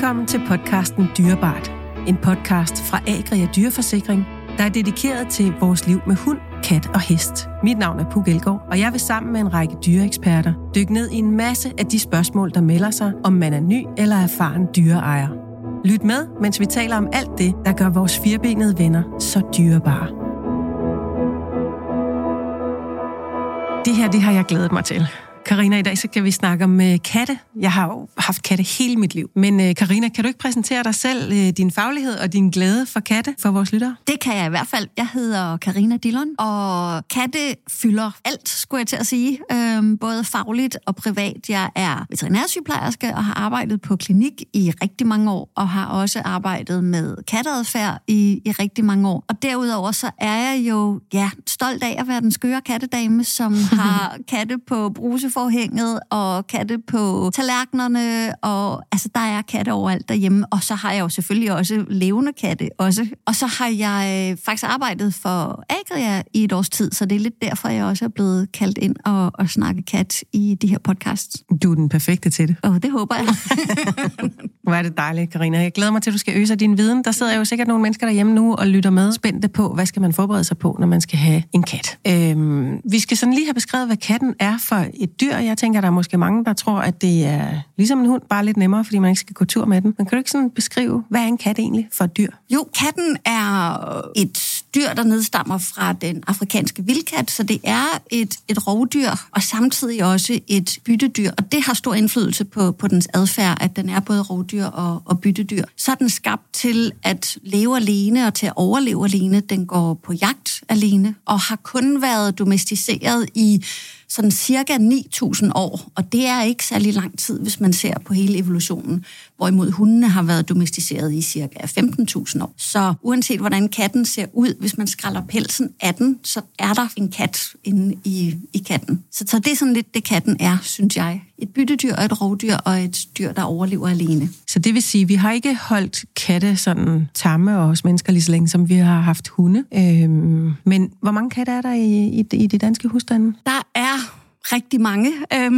Velkommen til podcasten Dyrebart. En podcast fra Agria Dyreforsikring, der er dedikeret til vores liv med hund, kat og hest. Mit navn er Puk Elgård, og jeg vil sammen med en række dyreeksperter dykke ned i en masse af de spørgsmål, der melder sig, om man er ny eller erfaren dyreejer. Lyt med, mens vi taler om alt det, der gør vores firbenede venner så dyrebare. Det har jeg glædet mig til. Karina, i dag så kan vi snakke om katte. Jeg har jo haft katte hele mit liv. Men Karina, kan du ikke præsentere dig selv, din faglighed og din glæde for katte for vores lyttere? Det kan jeg i hvert fald. Jeg hedder Karina Dillon, og katte fylder alt, skulle jeg til at sige. Både fagligt og privat. Jeg er veterinærsygeplejerske og har arbejdet på klinik i rigtig mange år, og har også arbejdet med katteadfærd i rigtig mange år. Og derudover så er jeg jo stolt af at være den skøre kattedame, som har katte på bruseforhænget og katte på tallerkenerne, og altså der er katte overalt derhjemme, og så har jeg jo selvfølgelig også levende katte også. Og så har jeg faktisk arbejdet for Agria i et års tid, så det er lidt derfor, jeg også er blevet kaldt ind og snakke kat i de her podcasts. Du er den perfekte til det. Det håber jeg. Hvor er det dejligt, Karina. Jeg glæder mig til, at du skal øse din viden. Der sidder jo sikkert nogle mennesker derhjemme nu og lytter med, spændte på, hvad skal man forberede sig på, når man skal have en kat. Vi skal sådan lige have beskrevet, hvad katten er for et dyr. Jeg tænker, der er måske mange, der tror, at det er ligesom en hund, bare lidt nemmere, fordi man ikke skal gå tur med den. Men kan du ikke sådan beskrive, hvad er en kat egentlig for et dyr? Jo, katten er et dyr, der nedstammer fra den afrikanske vildkat, så det er et rovdyr, og samtidig også et byttedyr. Og det har stor indflydelse på dens adfærd, at den er både rovdyr og byttedyr. Så er den skabt til at leve alene og til at overleve alene. Den går på jagt alene, og har kun været domesticeret i sådan cirka 9.000 år, og det er ikke særlig lang tid, hvis man ser på hele evolutionen, hvorimod hundene har været domesticeret i cirka 15.000 år. Så uanset hvordan katten ser ud, hvis man skræller pelsen af den, så er der en kat inde i katten. Så det er sådan lidt det, katten er, synes jeg. Et byttedyr og et rovdyr og et dyr, der overlever alene. Så det vil sige, at vi har ikke holdt katte sådan tamme og hos mennesker lige så længe, som vi har haft hunde. Men hvor mange katte er der i de danske husstande? Der er rigtig mange,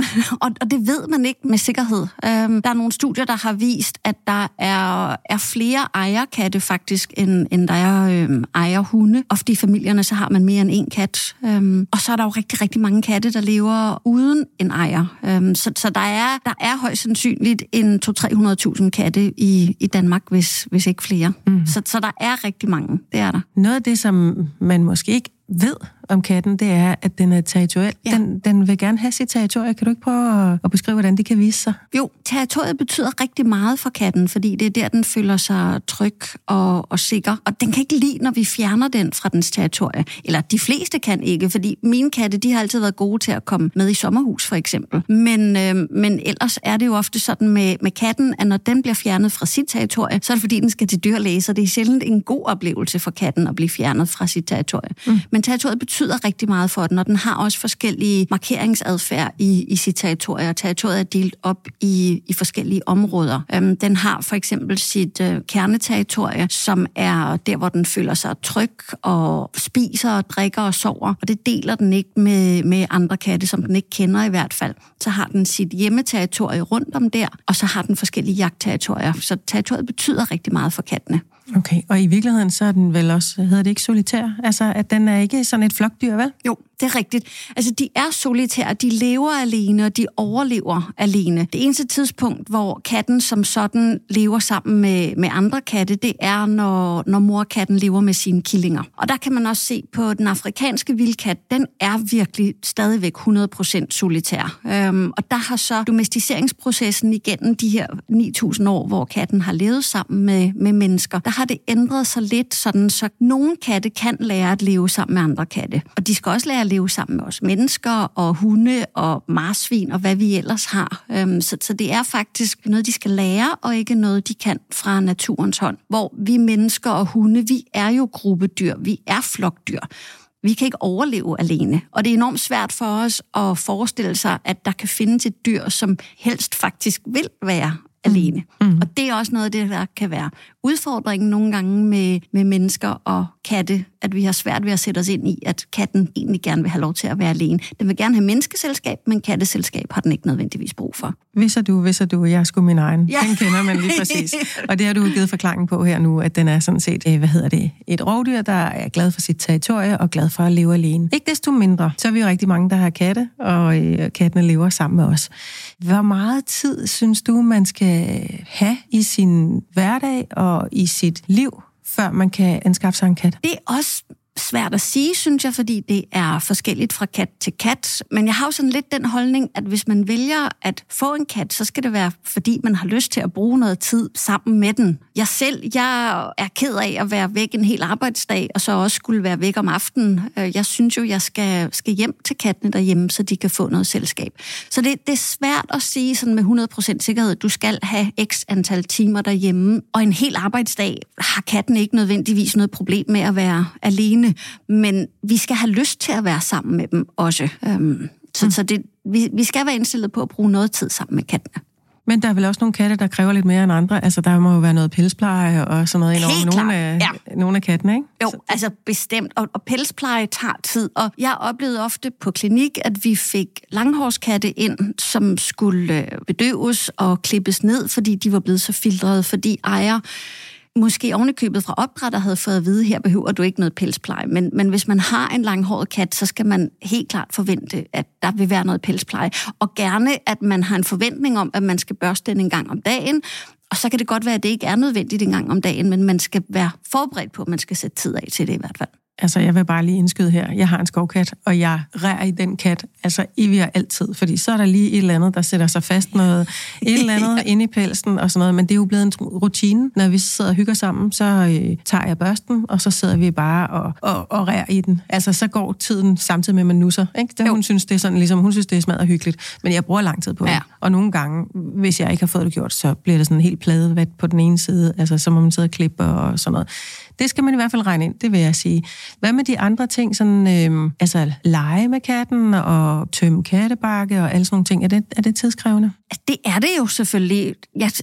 og det ved man ikke med sikkerhed. Der er nogle studier, der har vist, at der er flere ejerkatte faktisk, end der er ejerhunde. Ofte i familierne, så har man mere end en kat. Og så er der jo rigtig, rigtig mange katte, der lever uden en ejer. Så der er højst sandsynligt en 200-300.000 katte i Danmark, hvis ikke flere. Så der er rigtig mange, det er der. Noget af det, som man måske ikke ved om katten, det er, at den er territoriel. Ja. Den vil gerne have sit territorie. Kan du ikke prøve at beskrive, hvordan det kan vise sig? Jo, territoriet betyder rigtig meget for katten, fordi det er der, den føler sig tryg og sikker. Og den kan ikke lide, når vi fjerner den fra dens territorie. Eller de fleste kan ikke, fordi mine katte, de har altid været gode til at komme med i sommerhus, for eksempel. Men ellers er det jo ofte sådan med katten, at når den bliver fjernet fra sit territorie, så er det fordi, den skal til dyrlæge, så det er sjældent en god oplevelse for katten at blive fjernet fra sit territorie. Men territoriet betyder rigtig meget for den, og den har også forskellige markeringsadfærd i sit territorie, og territoriet er delt op i forskellige områder. Den har for eksempel sit kerneterritorie, som er der, hvor den føler sig tryg og spiser og drikker og sover, og det deler den ikke med andre katte, som den ikke kender i hvert fald. Så har den sit hjemmeterritorie rundt om der, og så har den forskellige jagtterritorier, så territoriet betyder rigtig meget for kattene. Okay, og i virkeligheden så er den vel også, hedder det ikke solitær? Altså, at den er ikke sådan et flokdyr, vel? Jo, det er rigtigt. Altså, de er solitære, de lever alene, og de overlever alene. Det eneste tidspunkt, hvor katten som sådan lever sammen med andre katte, det er, når morkatten lever med sine killinger. Og der kan man også se på den afrikanske vildkat, den er virkelig stadigvæk 100% solitær. Og der har så domesticeringsprocessen igennem de her 9.000 år, hvor katten har levet sammen med mennesker, der har det ændret sig lidt sådan, så nogle katte kan lære at leve sammen med andre katte. Og de skal også lære at leve sammen med os mennesker og hunde og marsvin og hvad vi ellers har. Så det er faktisk noget, de skal lære, og ikke noget, de kan fra naturens hånd. Hvor vi mennesker og hunde, vi er jo gruppedyr, vi er flokdyr. Vi kan ikke overleve alene, og det er enormt svært for os at forestille sig, at der kan findes et dyr, som helst faktisk vil være alene. Og det er også noget af det, der kan være udfordringen nogle gange med mennesker og katte, at vi har svært ved at sætte os ind i, at katten egentlig gerne vil have lov til at være alene. Den vil gerne have menneskeselskab, men katteselskab har den ikke nødvendigvis brug for. Hvis du, jeg er sgu min egen. Ja. Den kender man lige præcis. Og det har du givet forklaringen på her nu, at den er sådan set, et rovdyr, der er glad for sit territorie og glad for at leve alene. Ikke desto mindre, så er vi jo rigtig mange, der har katte, og kattene lever sammen med os. Hvor meget tid synes du, man skal have i sin hverdag og i sit liv, før man kan anskaffe sig en kat? Det er også svært at sige, synes jeg, fordi det er forskelligt fra kat til kat. Men jeg har jo sådan lidt den holdning, at hvis man vælger at få en kat, så skal det være, fordi man har lyst til at bruge noget tid sammen med den. Jeg er ked af at være væk en hel arbejdsdag, og så også skulle være væk om aftenen. Jeg synes jo, jeg skal hjem til kattene derhjemme, så de kan få noget selskab. Så det er svært at sige sådan med 100% sikkerhed, du skal have x antal timer derhjemme, og en hel arbejdsdag har katten ikke nødvendigvis noget problem med at være alene. Men vi skal have lyst til at være sammen med dem også. Så vi skal være indstillet på at bruge noget tid sammen med kattene. Men der er vel også nogle katte, der kræver lidt mere end andre. Altså, der må jo være noget pelspleje og sådan noget indover nogle af kattene, ikke? Jo, altså bestemt. Og pelspleje tager tid. Og jeg oplevede ofte på klinik, at vi fik langhårskatte ind, som skulle bedøves og klippes ned, fordi de var blevet så filtreret, fordi ejer måske ovenikøbet fra opdrætter havde fået at vide, her behøver du ikke noget pelspleje. Men hvis man har en langhåret kat, så skal man helt klart forvente, at der vil være noget pelspleje. Og gerne, at man har en forventning om, at man skal børste den en gang om dagen. Og så kan det godt være, at det ikke er nødvendigt en gang om dagen, men man skal være forberedt på, at man skal sætte tid af til det i hvert fald. Altså, jeg vil bare lige indskyde her. Jeg har en skovkat, og jeg rærer i den kat, altså evig og altid. Fordi så er der lige et eller andet, der sætter sig fast et eller andet inde i pelsen og sådan noget. Men det er jo blevet en rutine. Når vi sidder og hygger sammen, så tager jeg børsten, og så sidder vi bare og rærer i den. Altså, så går tiden samtidig med, at man nusser. Ikke? Hun synes, det er sådan, ligesom, hun synes, det er smadret hyggeligt. Men jeg bruger lang tid på det. Og nogle gange, hvis jeg ikke har fået det gjort, så bliver det sådan helt pladevat på den ene side. Altså, så må man sidde og klippe og sådan noget. Det skal man i hvert fald regne ind, det vil jeg sige. Hvad med de andre ting, sådan, lege med katten og tømme kattebakke og alle sådan nogle ting? Er det tidskrævende? Det er det jo selvfølgelig.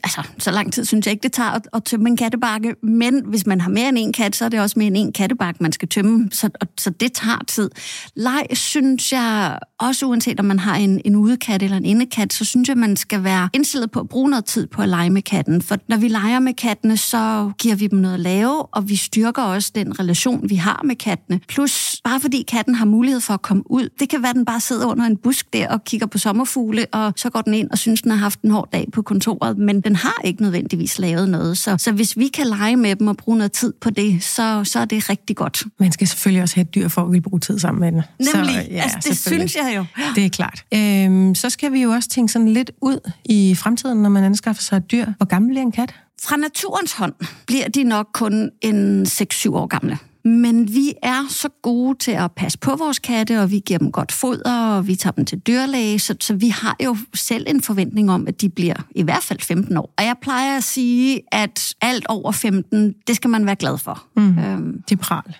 Så lang tid synes jeg ikke, det tager at tømme en kattebakke. Men hvis man har mere end en kat, så er det også mere end en kattebakke, man skal tømme. Så det tager tid. Leg, synes jeg, også uanset om man har en udekat eller en indekat, så synes jeg, man skal være indstillet på at bruge noget tid på at lege med katten. For når vi leger med kattene, så giver vi dem noget at lave, og vi styrker også den relation, vi har med kattene. Plus, bare fordi katten har mulighed for at komme ud, det kan være, at den bare sidder under en busk der og kigger på sommerfugle, og så går den ind og synes, den har haft en hård dag på kontoret, men den har ikke nødvendigvis lavet noget. Så hvis vi kan lege med dem og bruge noget tid på det, så er det rigtig godt. Man skal selvfølgelig også have et dyr for at ville bruge tid sammen med den. Nemlig, det synes jeg jo. Det er klart. Så skal vi jo også tænke sådan lidt ud i fremtiden, når man anskaffer sig et dyr. Hvor gammel bliver en kat? Fra naturens hånd bliver de nok kun en 6-7 år gamle. Men vi er så gode til at passe på vores katte, og vi giver dem godt foder, og vi tager dem til dyrlæge, så vi har jo selv en forventning om, at de bliver i hvert fald 15 år. Og jeg plejer at sige, at alt over 15, det skal man være glad for. Det er pral.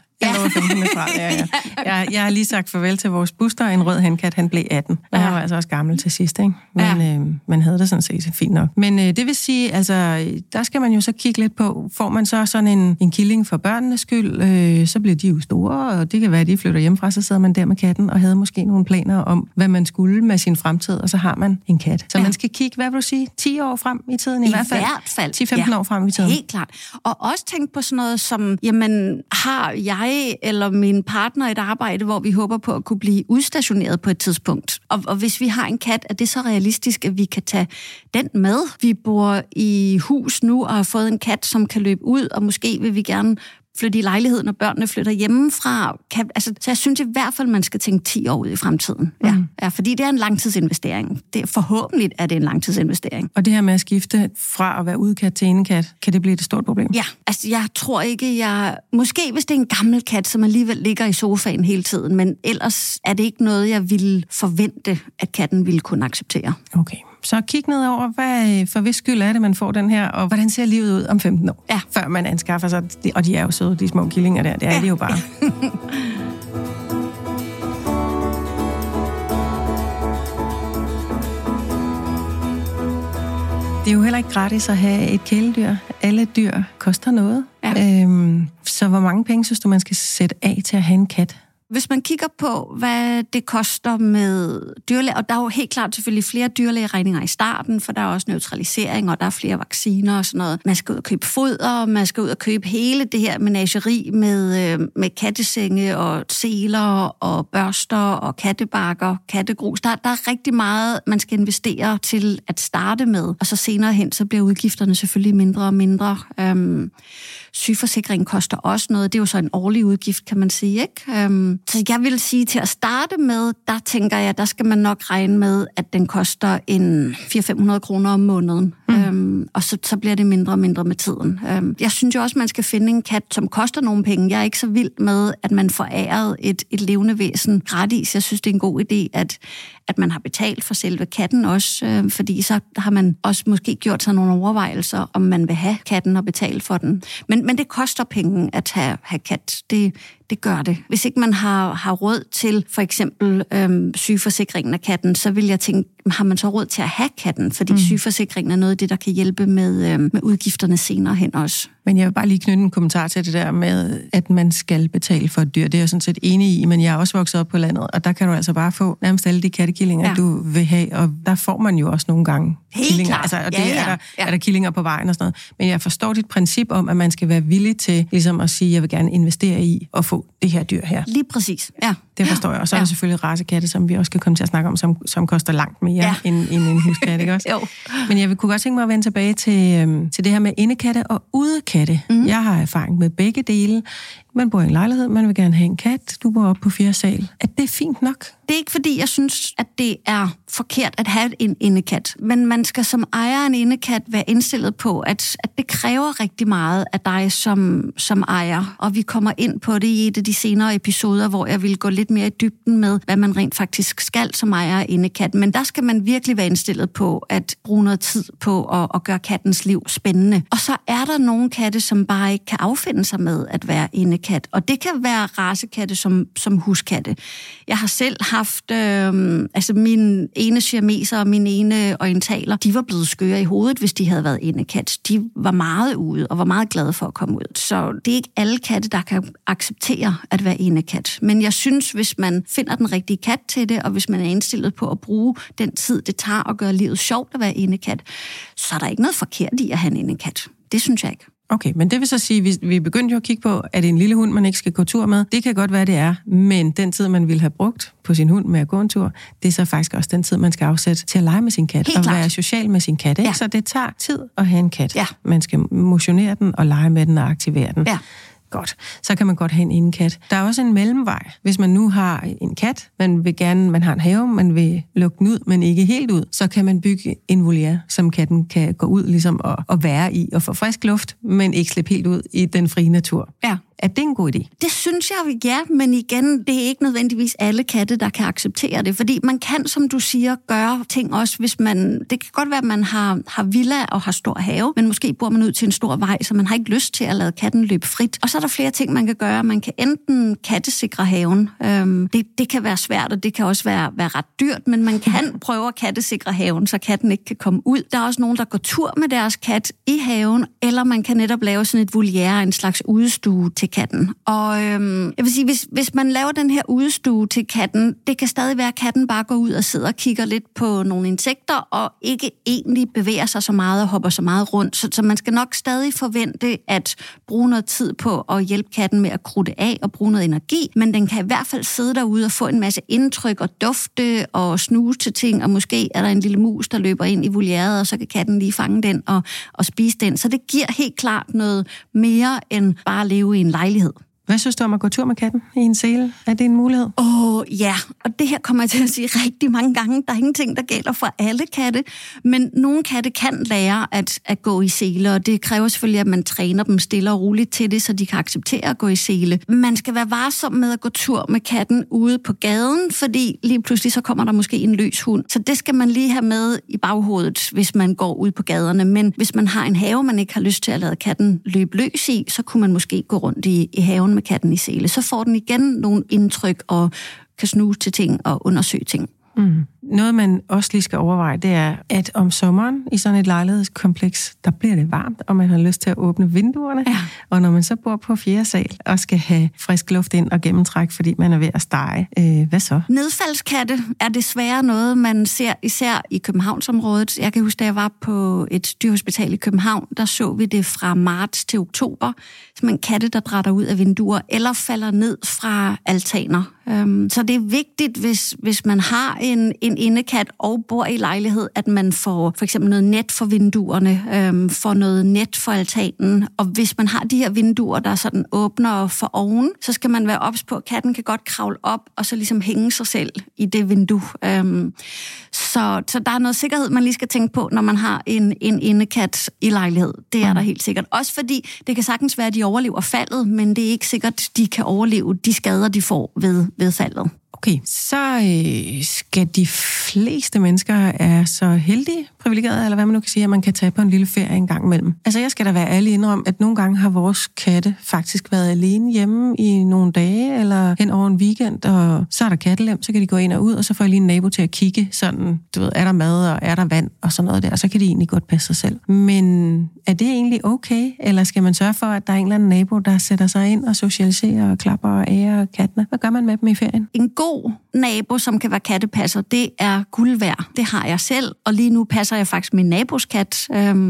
Jeg har lige sagt farvel til vores Buster, en rød hankat, han blev 18. Og han var altså også gammel til sidst, ikke? Men man havde det sådan set fint nok. Men det vil sige, altså, der skal man jo så kigge lidt på, får man så sådan en killing for børnenes skyld, så bliver de jo store, og det kan være, at de flytter hjemmefra, så sidder man der med katten, og havde måske nogle planer om, hvad man skulle med sin fremtid, og så har man en kat. Så man skal kigge, hvad vil du sige, 10 år frem i tiden i hvert fald. 10-15 år frem i tiden. Helt klart. Og også tænke på sådan noget som, jamen, har jeg eller min partner et arbejde, hvor vi håber på at kunne blive udstationeret på et tidspunkt. Og hvis vi har en kat, er det så realistisk, at vi kan tage den med? Vi bor i hus nu og har fået en kat, som kan løbe ud, og måske vil vi gerne flytte i lejligheden, når børnene flytter hjemmefra. Så jeg synes i hvert fald, man skal tænke 10 år ud i fremtiden. Ja, fordi det er en langtidsinvestering. Forhåbentlig er det en langtidsinvestering. Og det her med at skifte fra at være udekat til indekat, kan det blive et stort problem? Ja, altså jeg tror ikke, måske hvis det er en gammel kat, som alligevel ligger i sofaen hele tiden, men ellers er det ikke noget, jeg ville forvente, at katten ville kunne acceptere. Okay. Så kig ned over, for hvis skyld er det, man får den her, og hvordan ser livet ud om 15 år, før man anskaffer sig. Og de er jo søde, de små killinger der. Det er de jo bare. Det er jo heller ikke gratis at have et kæledyr. Alle dyr koster noget. Ja. Så hvor mange penge synes du, man skal sætte af til at have en kat? Hvis man kigger på, hvad det koster med dyrlæge, og der er jo helt klart selvfølgelig flere dyrlægeregninger i starten, for der er også neutralisering, og der er flere vacciner og sådan noget. Man skal ud og købe foder, man skal ud og købe hele det her menageri med kattesenge og seler og børster og kattebakker, kattegrus. Der er rigtig meget, man skal investere til at starte med, og så senere hen, så bliver udgifterne selvfølgelig mindre og mindre. Sygeforsikringen koster også noget. Det er jo så en årlig udgift, kan man sige, ikke? Så jeg vil sige, til at starte med, der tænker jeg, der skal man nok regne med, at den koster en 400-500 kroner om måneden. Og så bliver det mindre og mindre med tiden. Jeg synes jo også, man skal finde en kat, som koster nogle penge. Jeg er ikke så vild med, at man får æret et levende væsen gratis. Jeg synes, det er en god idé, at man har betalt for selve katten også, fordi så har man også måske gjort sig nogle overvejelser, om man vil have katten og betale for den. Men det koster penge at have kat. Det gør det. Hvis ikke man har råd til for eksempel sygeforsikringen af katten, så vil jeg tænke, har man så råd til at have katten? Fordi sygeforsikringen er noget af det, der kan hjælpe med udgifterne senere hen også. Men jeg vil bare lige knytte en kommentar til det der med, at man skal betale for et dyr. Det er jeg sådan set enig i, men jeg er også vokset op på landet, og der kan du altså bare få nærmest alle de kattekillinger, du vil have, og der får man jo også nogle gange killinger. Altså, og det er der killinger på vejen og sådan noget. Men jeg forstår dit princip om, at man skal være villig til ligesom at sige, jeg vil gerne investere i at få det her dyr her. Lige præcis, ja. Det forstår jeg. Og så er der selvfølgelig racekatte, som vi også skal komme til at snakke om, som koster langt mere end en huskat, ikke også? Jo. Men jeg kunne godt tænke mig at vende tilbage til det her med indekatte og udekatte. Jeg har erfaring med begge dele. Man bor i en lejlighed, man vil gerne have en kat, du bor oppe på 4. sal. Er det fint nok? Det er ikke, fordi jeg synes, at det er forkert at have en indekat. Men man skal som ejer af en indekat være indstillet på, at det kræver rigtig meget af dig som ejer. Og vi kommer ind på det i et af de senere episoder, hvor jeg vil gå lidt mere i dybden med, hvad man rent faktisk skal som ejer af indekat. Men der skal man virkelig være indstillet på at bruge noget tid på at gøre kattens liv spændende. Og så er der nogle katte, som bare ikke kan affinde sig med at være indekat. Og det kan være racekatte som huskatte. Jeg har selv haft, min ene siameser og min ene orientaler, de var blevet skøre i hovedet, hvis de havde været indekat. De var meget ude og var meget glade for at komme ud. Så det er ikke alle katte, der kan acceptere at være indekat. Men jeg synes, hvis man finder den rigtige kat til det, og hvis man er indstillet på at bruge den tid, det tager at gøre livet sjovt at være indekat, så er der ikke noget forkert i at have en indekat. Det synes jeg ikke. Okay, men det vil så sige, at vi begyndte jo at kigge på, at en lille hund, man ikke skal gå tur med. Det kan godt være, det er, men den tid, man ville have brugt på sin hund med at gå en tur, det er så faktisk også den tid, man skal afsætte til at lege med sin kat. Helt og klart. Være social med sin kat, ikke? Ja. Så det tager tid at have en kat. Ja. Man skal motionere den og lege med den og aktivere den. Ja. Godt. Så kan man godt have en indekat. Der er også en mellemvej. Hvis man nu har en kat, man har en have, man vil lukke den ud, men ikke helt ud, så kan man bygge en voliere, som katten kan gå ud ligesom og være i og få frisk luft, men ikke slippe helt ud i den frie natur. Ja. Er det en god idé? Det synes jeg, ja, men igen, det er ikke nødvendigvis alle katte, der kan acceptere det, fordi man kan, som du siger, gøre ting også, hvis man... Det kan godt være, at man har villa og har stor have, men måske bor man ud til en stor vej, så man har ikke lyst til at lade katten løbe frit. Og så er der flere ting, man kan gøre. Man kan enten kattesikre haven. Det kan være svært, og det kan også være ret dyrt, men man kan prøve at kattesikre haven, så katten ikke kan komme ud. Der er også nogen, der går tur med deres kat i haven, eller man kan netop lave sådan et voliere, en slags udestue til katten. Og jeg vil sige, hvis man laver den her udestue til katten, det kan stadig være, at katten bare går ud og sidder og kigger lidt på nogle insekter, og ikke egentlig bevæger sig så meget og hopper så meget rundt. Så man skal nok stadig forvente at bruge noget tid på at hjælpe katten med at krudte af og bruge noget energi, men den kan i hvert fald sidde derude og få en masse indtryk og dufte og snuse til ting, og måske er der en lille mus, der løber ind i volieret, og så kan katten lige fange den og spise den. Så det giver helt klart noget mere end bare at leve i en lejlighed. Hvad synes du om at gå tur med katten i en sele? Er det en mulighed? Ja, og det her kommer jeg til at sige rigtig mange gange. Der er ingenting, der gælder for alle katte, men nogle katte kan lære at gå i sele, og det kræver selvfølgelig, at man træner dem stille og roligt til det, så de kan acceptere at gå i sele. Man skal være varsom med at gå tur med katten ude på gaden, fordi lige pludselig så kommer der måske en løs hund. Så det skal man lige have med i baghovedet, hvis man går ud på gaderne. Men hvis man har en have, man ikke har lyst til at lade katten løbe løs i, så kunne man måske gå rundt i haven med katten i sele. Så får den igen nogle indtryk og kan snuse til ting og undersøge ting. Noget, man også lige skal overveje, det er, at om sommeren i sådan et lejlighedskompleks, der bliver det varmt, og man har lyst til at åbne vinduerne. Ja. Og når man så bor på 4. sal og skal have frisk luft ind og gennemtræk, fordi man er ved at stege, hvad så? Nedfaldskatte er desværre noget, man ser især i Københavnsområdet. Jeg kan huske, da jeg var på et dyrehospital i København, der så vi det fra marts til oktober. Som en katte, der drætter ud af vinduer eller falder ned fra altaner. Så det er vigtigt, hvis man har en indekat og bor i lejlighed, at man får for eksempel noget net for vinduerne, får noget net for altanen. Og hvis man har de her vinduer, der sådan åbner for oven, så skal man være ops på, at katten kan godt kravle op og så ligesom hænge sig selv i det vindue. Så der er noget sikkerhed, man lige skal tænke på, når man har en indekat i lejlighed. Det er der helt sikkert. Også fordi det kan sagtens være, at de overlever faldet, men det er ikke sikkert, at de kan overleve de skader, de får ved faldet. Okay, så skal de fleste mennesker er så heldige, privilegerede, eller hvad man nu kan sige, at man kan tage på en lille ferie en gang imellem. Altså, jeg skal da være ærlig indrømme, at nogle gange har vores katte faktisk været alene hjemme i nogle dage, eller hen over en weekend, og så er der kattelem, så kan de gå ind og ud, og så får jeg lige en nabo til at kigge, sådan, du ved, er der mad, og er der vand, og sådan noget der, og så kan de egentlig godt passe sig selv. Men er det egentlig okay, eller skal man sørge for, at der er en eller anden nabo, der sætter sig ind og socialiserer og klapper og ærer kattene? Hvad gør man med dem i ferien? En god nabo, som kan være kattepasser, det er guld værd. Det har jeg selv, og lige nu passer jeg faktisk min nabos kat.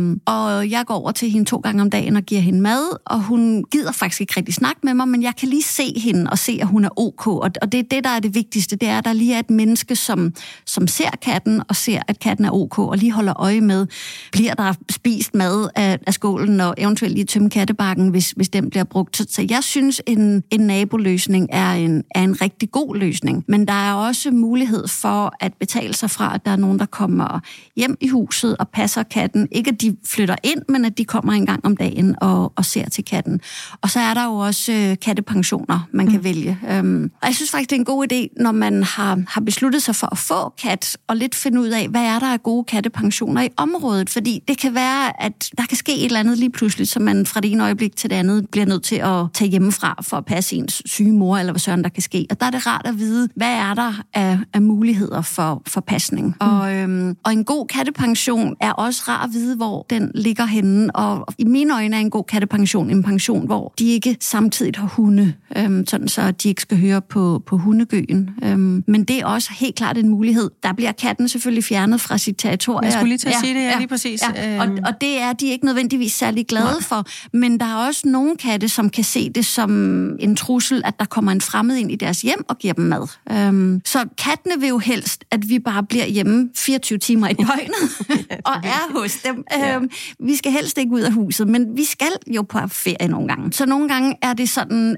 Og jeg går over til hende 2 gange om dagen og giver hende mad, og hun gider faktisk ikke rigtig snakke med mig, men jeg kan lige se hende og se, at hun er ok. Og det er det, der er det vigtigste. Det er, at der lige er et menneske, som ser katten og ser, at katten er ok, og lige holder øje med, bliver der spist mad af skålen, og eventuelt lige tømme kattebakken, hvis den bliver brugt. Så jeg synes, en naboløsning er en rigtig god løsning. Men der er også mulighed for at betale sig fra, at der er nogen, der kommer hjem i huset og passer katten. Ikke at de flytter ind, men at de kommer en gang om dagen og ser til katten. Og så er der jo også kattepensioner, man kan vælge. Og jeg synes faktisk, det er en god idé, når man har besluttet sig for at få kat, og lidt finde ud af, hvad er der af gode kattepensioner i området. Fordi det kan være, at der kan ske et eller andet lige pludselig, så man fra det ene øjeblik til det andet bliver nødt til at tage hjemmefra for at passe ens syge mor, eller hvad søren der kan ske. Og der er det rart at vide, hvad er der af muligheder for pasning. Og en god kattepension er også rar at vide, hvor den ligger henne. Og i mine øjne er en god kattepension en pension, hvor de ikke samtidig har hunde, sådan så de ikke skal høre på hundegøen. Men det er også helt klart en mulighed. Der bliver katten selvfølgelig fjernet fra sit territorium. Jeg skulle lige til at sige det, lige præcis. Ja. Og det er de ikke nødvendigvis særlig glade for. Men der er også nogle katte, som kan se det som en trussel, at der kommer en fremmed ind i deres hjem og giver dem mad. Så kattene vil jo helst, at vi bare bliver hjemme 24 timer i døgnet og er hos dem. Vi skal helst ikke ud af huset, men vi skal jo på ferie nogle gange. Så nogle gange er det sådan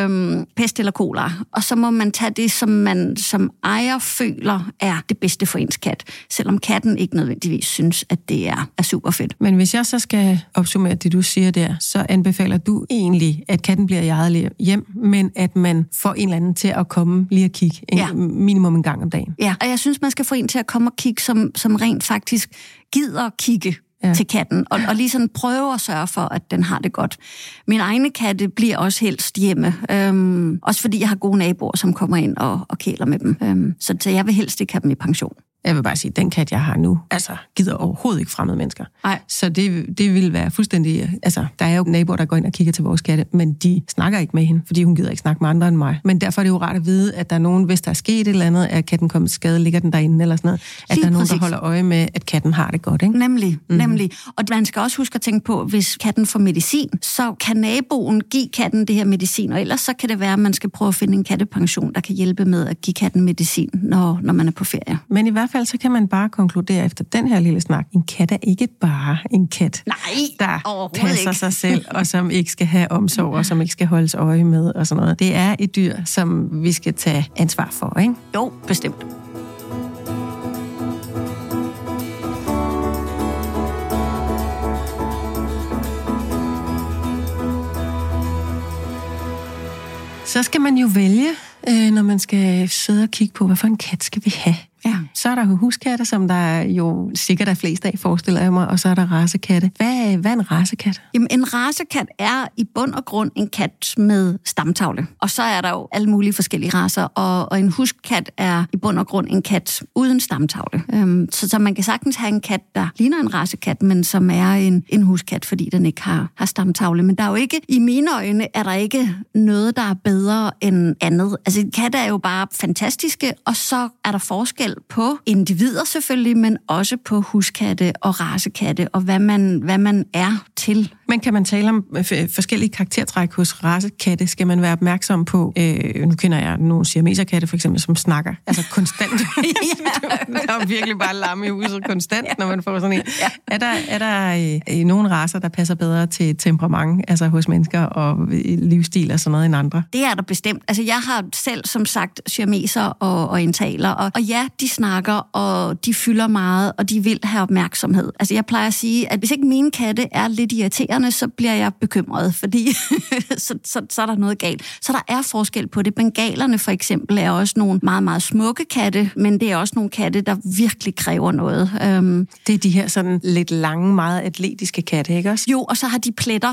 pest eller kolera, og så må man tage det, som man som ejer føler er det bedste for ens kat, selvom katten ikke nødvendigvis synes, at det er super fedt. Men hvis jeg så skal opsummere det, du siger der, så anbefaler du egentlig, at katten bliver i eget hjem, men at man får en eller anden til at komme lige og kigge minimum en gang om dagen. Ja, og jeg synes, man skal få en til at komme og kigge, som rent faktisk gider kigge til katten, og lige sådan prøve at sørge for, at den har det godt. Min egne katte bliver også helst hjemme, også fordi jeg har gode naboer, som kommer ind og kæler med dem. Så jeg vil helst ikke have dem i pension. Jeg vil bare sige, at den kat, jeg har nu, gider overhovedet ikke fremmede mennesker. Nej. Så det vil være fuldstændig... Altså, der er jo naboer, der går ind og kigger til vores katte, men de snakker ikke med hende, fordi hun gider ikke snakke med andre end mig. Men derfor er det jo rart at vide, at der er nogen, hvis der er sket et eller andet, at katten kommer til skade, ligger den derinde eller sådan noget, at der er nogen, der holder øje med, at katten har det godt, ikke? Nemlig. Og man skal også huske at tænke på, hvis katten får medicin, så kan naboen give katten det her medicin, og ellers så kan det være, at man skal prøve at finde en kattepension, der kan hjælpe med at give katten medicin, når man er på ferie. Men i hvert fald så kan man bare konkludere efter den her lille snak, en kat er ikke bare en kat, der passer sig selv, og som ikke skal have omsorg, og som ikke skal holdes øje med, og sådan noget. Det er et dyr, som vi skal tage ansvar for, ikke? Jo, bestemt. Så skal man jo vælge, når man skal sidde og kigge på, hvad for en kat skal vi have. Ja. Så er der jo huskatte, som der jo sikkert er flest af, forestiller jeg mig, og så er der racekatte. Hvad er en racekat? Jamen, en racekat er i bund og grund en kat med stamtavle. Og så er der jo alle mulige forskellige racer, og en huskkat er i bund og grund en kat uden stamtavle. Så man kan sagtens have en kat, der ligner en racekat, men som er en huskat, fordi den ikke har stamtavle. Men der er jo ikke, i mine øjne, er der ikke noget, der er bedre end andet. Altså, katte er jo bare fantastiske, og så er der forskel på individer selvfølgelig, men også på huskatte og racekatte, og hvad man er til. Men kan man tale om forskellige karaktertræk hos racekatte? Skal man være opmærksom på, nu kender jeg nogle siameserkatte for eksempel, som snakker, altså konstant. Der er virkelig bare larm i huset konstant, når man får sådan en. Ja. Er der nogle racer, der passer bedre til temperament, altså hos mennesker og livsstil og sådan noget end andre? Det er der bestemt. Altså jeg har selv, som sagt, siameser og orientaler, og ja, de snakker, og de fylder meget, og de vil have opmærksomhed. Altså jeg plejer at sige, at hvis ikke mine katte er lidt irriterende, så bliver jeg bekymret, fordi så er der noget galt. Så der er forskel på det. Bengalerne for eksempel er også nogle meget, meget smukke katte, men det er også nogle katte, der virkelig kræver noget. Det er de her sådan lidt lange, meget atletiske katte, ikke også? Jo, og så har de pletter,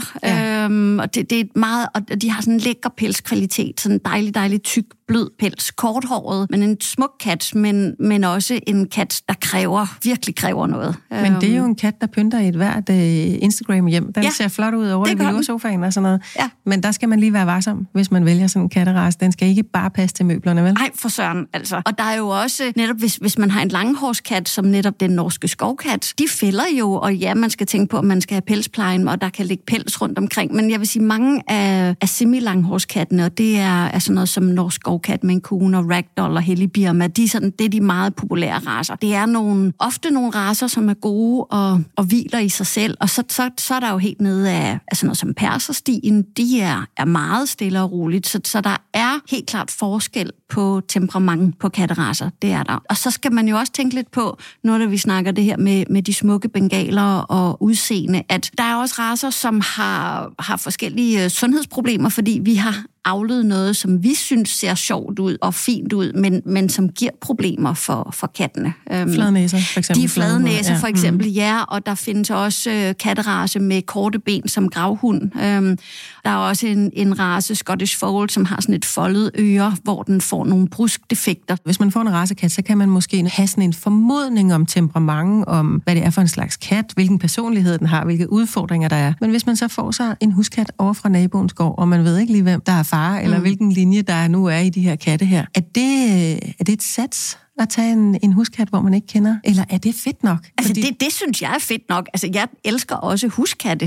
og det er meget, og de har sådan en lækker pelskvalitet, sådan en dejlig tyk, blød pels, korthåret, men en smuk kat, men også en kat, der virkelig kræver noget. Men det er jo en kat, der pynter i et hvert Instagram hjem. Den ser flot ud over i veloursofaen og sådan noget. Ja. Men der skal man lige være varsom, hvis man vælger sådan en katterace. Den skal ikke bare passe til møblerne, vel? Nej, for søren, altså. Og der er jo også, netop hvis man har en langhårskat, som netop den norske skovkat, de fælder jo, og ja, man skal tænke på, at man skal have pelsplejen, og der kan ligge pels rundt omkring. Men jeg vil sige, mange af semi-langhårskattene, og det er sådan noget som norsk skovkat, Maine Coon og Ragdoll og Helly Birma, det er de meget populære racer. Det er ofte nogle racer, som er gode og hviler i sig selv, og så er der jo helt nede af sådan noget som perserstien, de er meget stille og roligt, så der er helt klart forskel på temperament på katteracer, det er der. Og så skal man jo også tænke lidt på, når vi snakker det her med de smukke bengaler og udseende, at der er også racer, som har forskellige sundhedsproblemer, fordi vi har avlet noget, som vi synes ser sjovt ud og fint ud, men som giver problemer for kattene. Fladnæser, for eksempel. De flade næser, for eksempel, ja, og der findes også katterace med korte ben som gravhund. Der er også en race, Scottish Fold, som har sådan et foldet øre, hvor den får nogle bruskdefekter. Hvis man får en racekat, så kan man måske have sådan en formodning om temperament, om hvad det er for en slags kat, hvilken personlighed den har, hvilke udfordringer der er. Men hvis man så får sig en huskat over fra naboens gård, og man ved ikke lige, hvem der er far, eller hvilken linje der nu er i de her katte her, er det et sats at tage en huskat, hvor man ikke kender? Eller er det fedt nok? Altså, det synes jeg er fedt nok. Altså, jeg elsker også huskatte.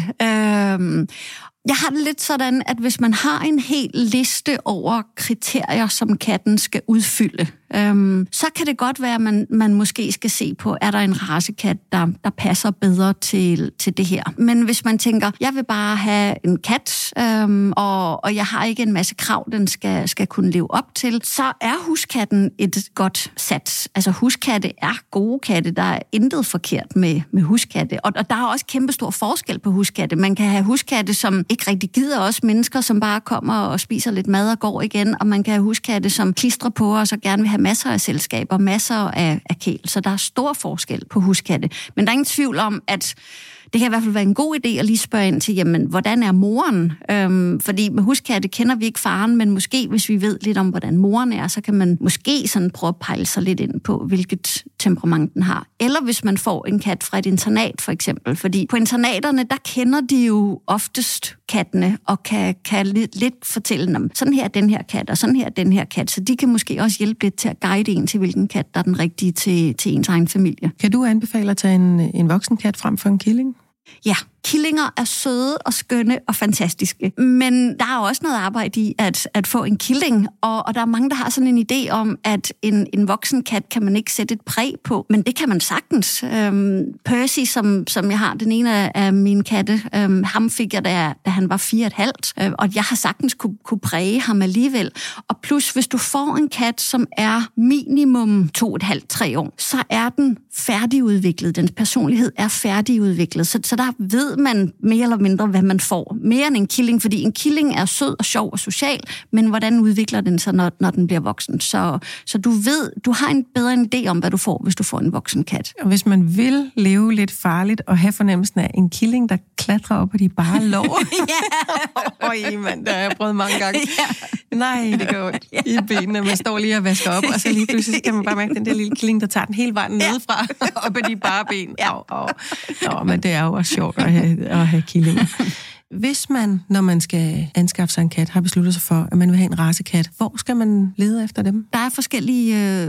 Jeg har det lidt sådan, at hvis man har en hel liste over kriterier, som katten skal udfylde, så kan det godt være, at man måske skal se på, er der en racekat, der passer bedre til det her. Men hvis man tænker, jeg vil bare have en kat, og jeg har ikke en masse krav, den skal kunne leve op til, så er huskatten et godt sats. Altså huskatte er gode katte, der er intet forkert med huskatte. Og der er også kæmpestor forskel på huskatte. Man kan have huskatte, som ikke rigtig gider os mennesker, som bare kommer og spiser lidt mad og går igen, og man kan have huskatte, som klistrer på os og gerne vil have masser af selskaber, masser af kæl. Så der er stor forskel på huskatte. Men der er ingen tvivl om, at det kan i hvert fald være en god idé at lige spørge ind til, jamen, hvordan er moren? Fordi med huskatte kender vi ikke faren, men måske, hvis vi ved lidt om, hvordan moren er, så kan man måske sådan prøve at pejle sig lidt ind på, hvilket temperament den har. Eller hvis man får en kat fra et internat, for eksempel. Fordi på internaterne, der kender de jo oftest kattene, og kan lidt fortælle dem, sådan her er den her kat, og sådan her er den her kat. Så de kan måske også hjælpe lidt til at guide en til, hvilken kat, der er den rigtige til ens egen familie. Kan du anbefale at tage en voksen kat frem for en killing? Ja, killinger er søde og skønne og fantastiske. Men der er også noget arbejde i at få en killing, og der er mange, der har sådan en idé om, at en voksen kat kan man ikke sætte et præg på, men det kan man sagtens. Percy, som jeg har, den ene af mine katte, ham fik jeg, da han var 4,5, og jeg har sagtens kunne præge ham alligevel. Og plus, hvis du får en kat, som er minimum 2,5-3 år, så er den færdigudviklet. Dens personlighed er færdigudviklet, så der ved ved man mere eller mindre, hvad man får. Mere end en killing, fordi en killing er sød og sjov og social, men hvordan udvikler den sig, når den bliver voksen? Så du har en bedre idé om, hvad du får, hvis du får en voksen kat. Og hvis man vil leve lidt farligt og have fornemmelsen af en killing, der klatrer op på de bare lår. Øj, mand, det har jeg prøvet mange gange. Nej, det går ondt i benene. Man står lige og vasker op, og så lige pludselig kan man bare mærke den der lille killing, der tager den hele vejen nedefra op ad de bare ben. Nå, men det er jo også sjovt at have killinger. Hvis man, når man skal anskaffe sig en kat, har besluttet sig for, at man vil have en racekat, hvor skal man lede efter dem? Der er forskellige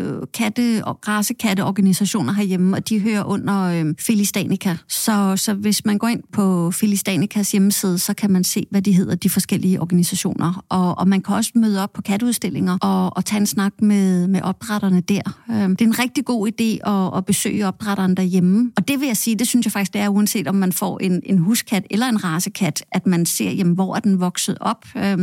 racekatteorganisationer herhjemme, og de hører under Felis Danica. Så hvis man går ind på Felis Danicas hjemmeside, så kan man se, hvad de hedder, de forskellige organisationer. Og man kan også møde op på katteudstillinger og tage en snak med opdrætterne der. Det er en rigtig god idé at besøge opdrætteren derhjemme. Og det vil jeg sige, det synes jeg faktisk, det er, uanset om man får en huskat eller en racekat, at man ser, jamen, hvor er den vokset op.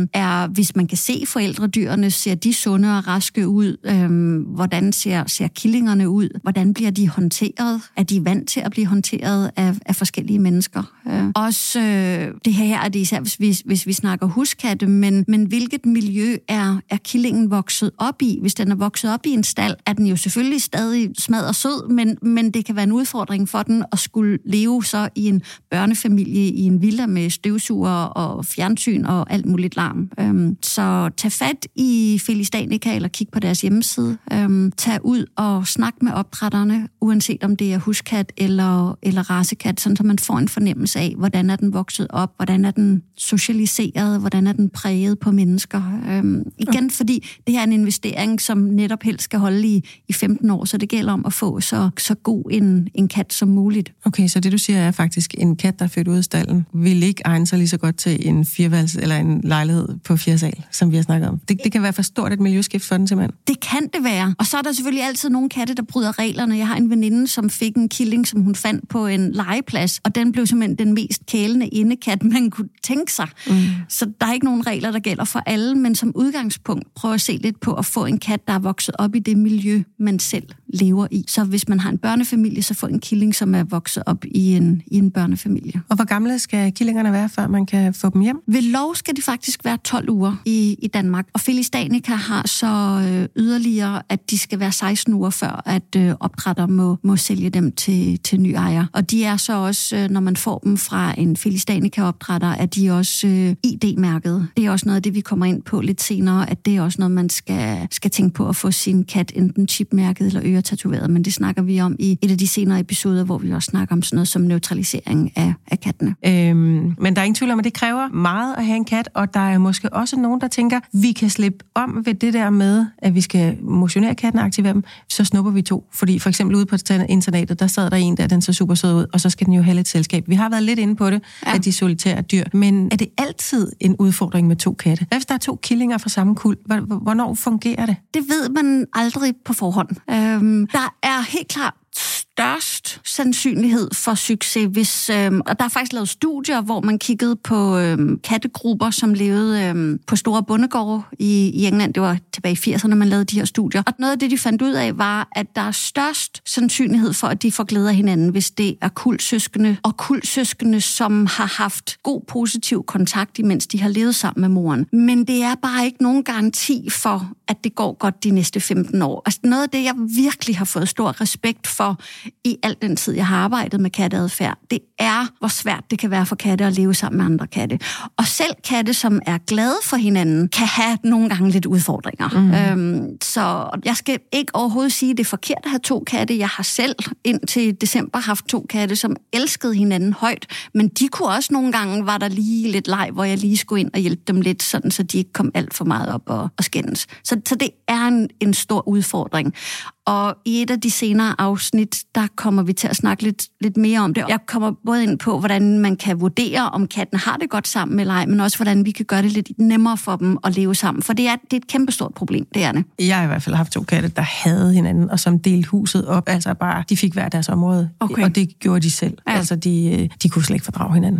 Hvis man kan se forældredyrene, ser de sunde og raske ud? Hvordan ser killingerne ud? Hvordan bliver de håndteret? Er de vant til at blive håndteret af forskellige mennesker? Også det her er det især, hvis vi snakker huskatte, men hvilket miljø er killingen vokset op i? Hvis den er vokset op i en stald, er den jo selvfølgelig stadig smadret sød, men det kan være en udfordring for den at skulle leve så i en børnefamilie i en villa med støvsuger og fjernsyn og alt muligt larm. Så tag fat i Felis Danica eller kig på deres hjemmeside. Tag ud og snak med opdrætterne, uanset om det er huskat eller racekat, sådan så man får en fornemmelse af, hvordan er den vokset op, hvordan er den socialiseret, hvordan er den præget på mennesker. Igen, fordi det her er en investering, som netop helst skal holde i 15 år, så det gælder om at få så god en kat som muligt. Okay, så det du siger er faktisk, en kat, der er født ud af stallen, vil ikke egne sig lige så godt til en fireværelse eller en lejlighed på 4. sal, som vi har snakket om. Det kan være for stort et miljøskift for den simpelthen. Det kan det være. Og så er der selvfølgelig altid nogle katte, der bryder reglerne. Jeg har en veninde, som fik en killing, som hun fandt på en legeplads, og den blev simpelthen den mest kælende indekat, man kunne tænke sig. Så der er ikke nogen regler, der gælder for alle, men som udgangspunkt prøv at se lidt på at få en kat, der er vokset op i det miljø, man selv lever i. Så hvis man har en børnefamilie, så få en killing, som er vokset op i en børnefamilie. Og hvor gamle skal killingerne være, før man kan få dem hjem? Ved lov skal de faktisk være 12 uger i Danmark. Og Felis Danica har så yderligere, at de skal være 16 uger, før at opdrætter må sælge dem til ny ejer. Og de er så også, når man får dem fra en Felis Danica-opdrætter, er de også ID-mærket. Det er også noget af det, vi kommer ind på lidt senere, at det er også noget, man skal tænke på at få sin kat enten chipmærket eller øretatoveret. Men det snakker vi om i et af de senere episoder, hvor vi også snakker om sådan noget som neutralisering af kattene. Men der er ingen tvivl om, at det kræver meget at have en kat, og der er måske også nogen, der tænker, vi kan slippe om ved det der med, at vi skal motionere katten og aktivere dem, så snupper vi 2. Fordi for eksempel ude på internatet, der sad der en der, den så super sød ud, og så skal den jo have lidt selskab. Vi har været lidt inde på det, at de solitære dyr, men er det altid en udfordring med 2 katte? Hvad hvis der er 2 killinger fra samme kuld? Hvornår fungerer det? Det ved man aldrig på forhånd. Der er helt klart størst sandsynlighed for succes, hvis... og der er faktisk lavet studier, hvor man kiggede på kattegrupper, som levede på store bondegårde i England. Det var tilbage i 80'erne, man lavede de her studier. Og noget af det, de fandt ud af, var, at der er størst sandsynlighed for, at de får glæde af hinanden, hvis det er kuldsøskende. Og kuldsøskende, som har haft god positiv kontakt, imens de har levet sammen med moren. Men det er bare ikke nogen garanti for, at det går godt de næste 15 år. Altså noget af det, jeg virkelig har fået stor respekt for i al den tid, jeg har arbejdet med katteadfærd, det er, hvor svært det kan være for katte at leve sammen med andre katte. Og selv katte, som er glade for hinanden, kan have nogle gange lidt udfordringer. Så jeg skal ikke overhovedet sige, at det er forkert at have 2 katte. Jeg har selv indtil december haft 2 katte, som elskede hinanden højt, men de kunne også nogle gange, var der lige lidt leg, hvor jeg lige skulle ind og hjælpe dem lidt, sådan, så de ikke kom alt for meget op og skændes. Så det er en stor udfordring. Og i et af de senere afsnit, der kommer vi til at snakke lidt mere om det. Jeg kommer både ind på, hvordan man kan vurdere, om katten har det godt sammen eller ej, men også hvordan vi kan gøre det lidt nemmere for dem at leve sammen. For det er et kæmpestort problem, det er det. Jeg har i hvert fald haft 2 katte, der havde hinanden, og som delte huset op. Altså bare, de fik hver deres område, og det gjorde de selv. Ja. Altså de kunne slet ikke fordrage hinanden.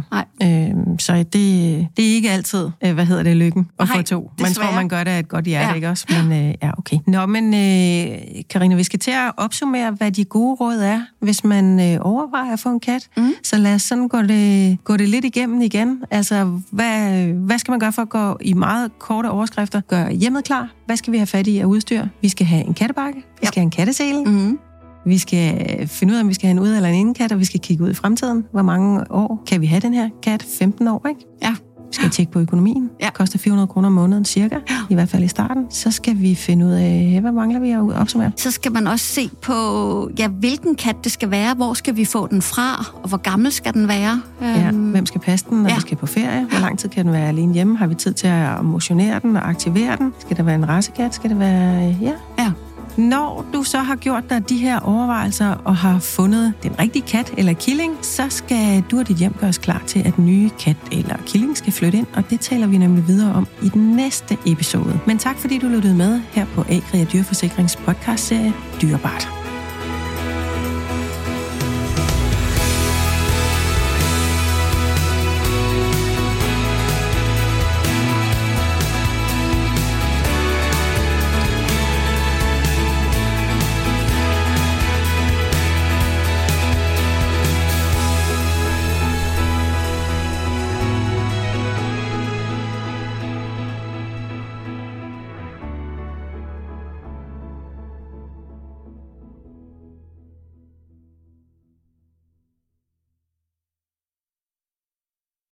Så det er ikke altid, lykken at få 2. Man tror, man gør det af et godt hjerte, ikke også? Men okay. Nå, men Karina, Line, vi skal til at opsummere, hvad de gode råd er, hvis man overvejer at få en kat. Så lad os sådan gå det lidt igennem igen. Altså, hvad skal man gøre for at gå i meget korte overskrifter? Gør hjemmet klar. Hvad skal vi have fat i af udstyr? Vi skal have en kattebakke. Vi skal have en kattesele. Vi skal finde ud af, om vi skal have en ud- eller en indenkat, og vi skal kigge ud i fremtiden. Hvor mange år kan vi have den her kat? 15 år, ikke? Ja. Vi skal tjekke på økonomien. Det koster 400 kroner om måneden cirka, i hvert fald i starten. Så skal vi finde ud af, hvad mangler vi at opsummere. Så skal man også se på, hvilken kat det skal være. Hvor skal vi få den fra, og hvor gammel skal den være? Hvem skal passe den, når vi skal på ferie? Hvor lang tid kan den være alene hjemme? Har vi tid til at motionere den og aktivere den? Skal det være en racekat? Skal det være... Ja. Når du så har gjort dig de her overvejelser og har fundet den rigtige kat eller killing, så skal du og dit hjem gøres klar til, at den nye kat eller killing skal flytte ind, og det taler vi nemlig videre om i den næste episode. Men tak fordi du lyttede med her på Agria Dyreforsikrings podcastserie Dyrebart.